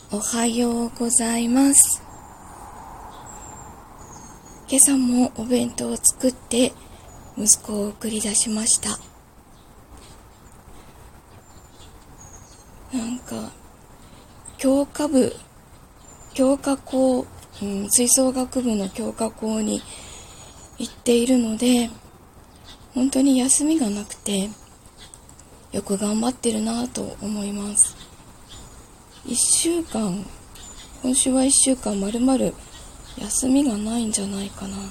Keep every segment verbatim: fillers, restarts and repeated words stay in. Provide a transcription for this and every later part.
おはようございます。今朝もお弁当を作って息子を送り出しました。なんか教科部教科校、うん、吹奏楽部の教科校に行っているので、本当に休みがなくてよく頑張ってるなと思います。一週間今週は一週間まるまる休みがないんじゃないかな。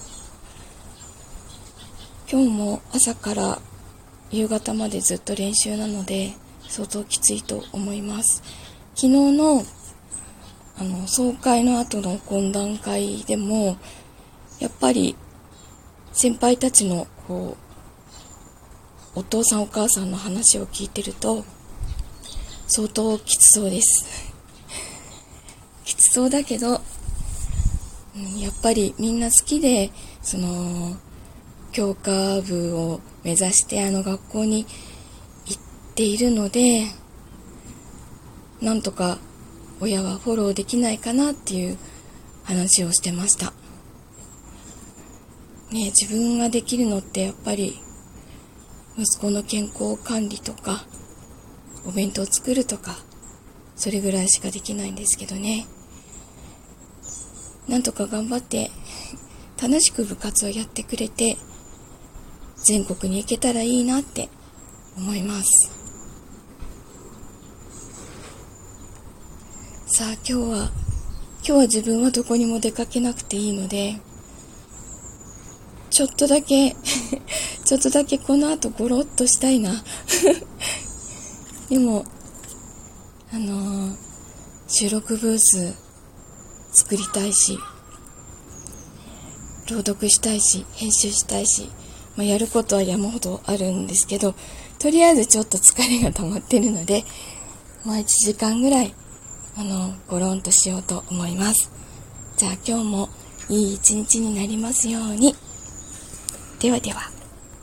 今日も朝から夕方までずっと練習なので相当きついと思います。昨日のあの総会の後の懇談会でもやっぱり先輩たちのこうお父さんお母さんの話を聞いてると相当きつそうですきつそうだけど、うん、やっぱりみんな好きでその教科部を目指してあの学校に行っているので、なんとか親はフォローできないかなっていう話をしてました。ね、自分ができるのってやっぱり息子の健康管理とかお弁当作るとかそれぐらいしかできないんですけどね。なんとか頑張って楽しく部活をやってくれて全国に行けたらいいなって思います。さあ今日は今日は自分はどこにも出かけなくていいのでちょっとだけちょっとだけこの後ゴロッとしたいなでもあのー、収録ブース作りたいし朗読したいし編集したいし、まあ、やることは山ほどあるんですけど、とりあえずちょっと疲れが溜まってるので、まあいちじかんぐらいあのゴロンとしようと思います。じゃあ今日もいい一日になりますように。ではでは。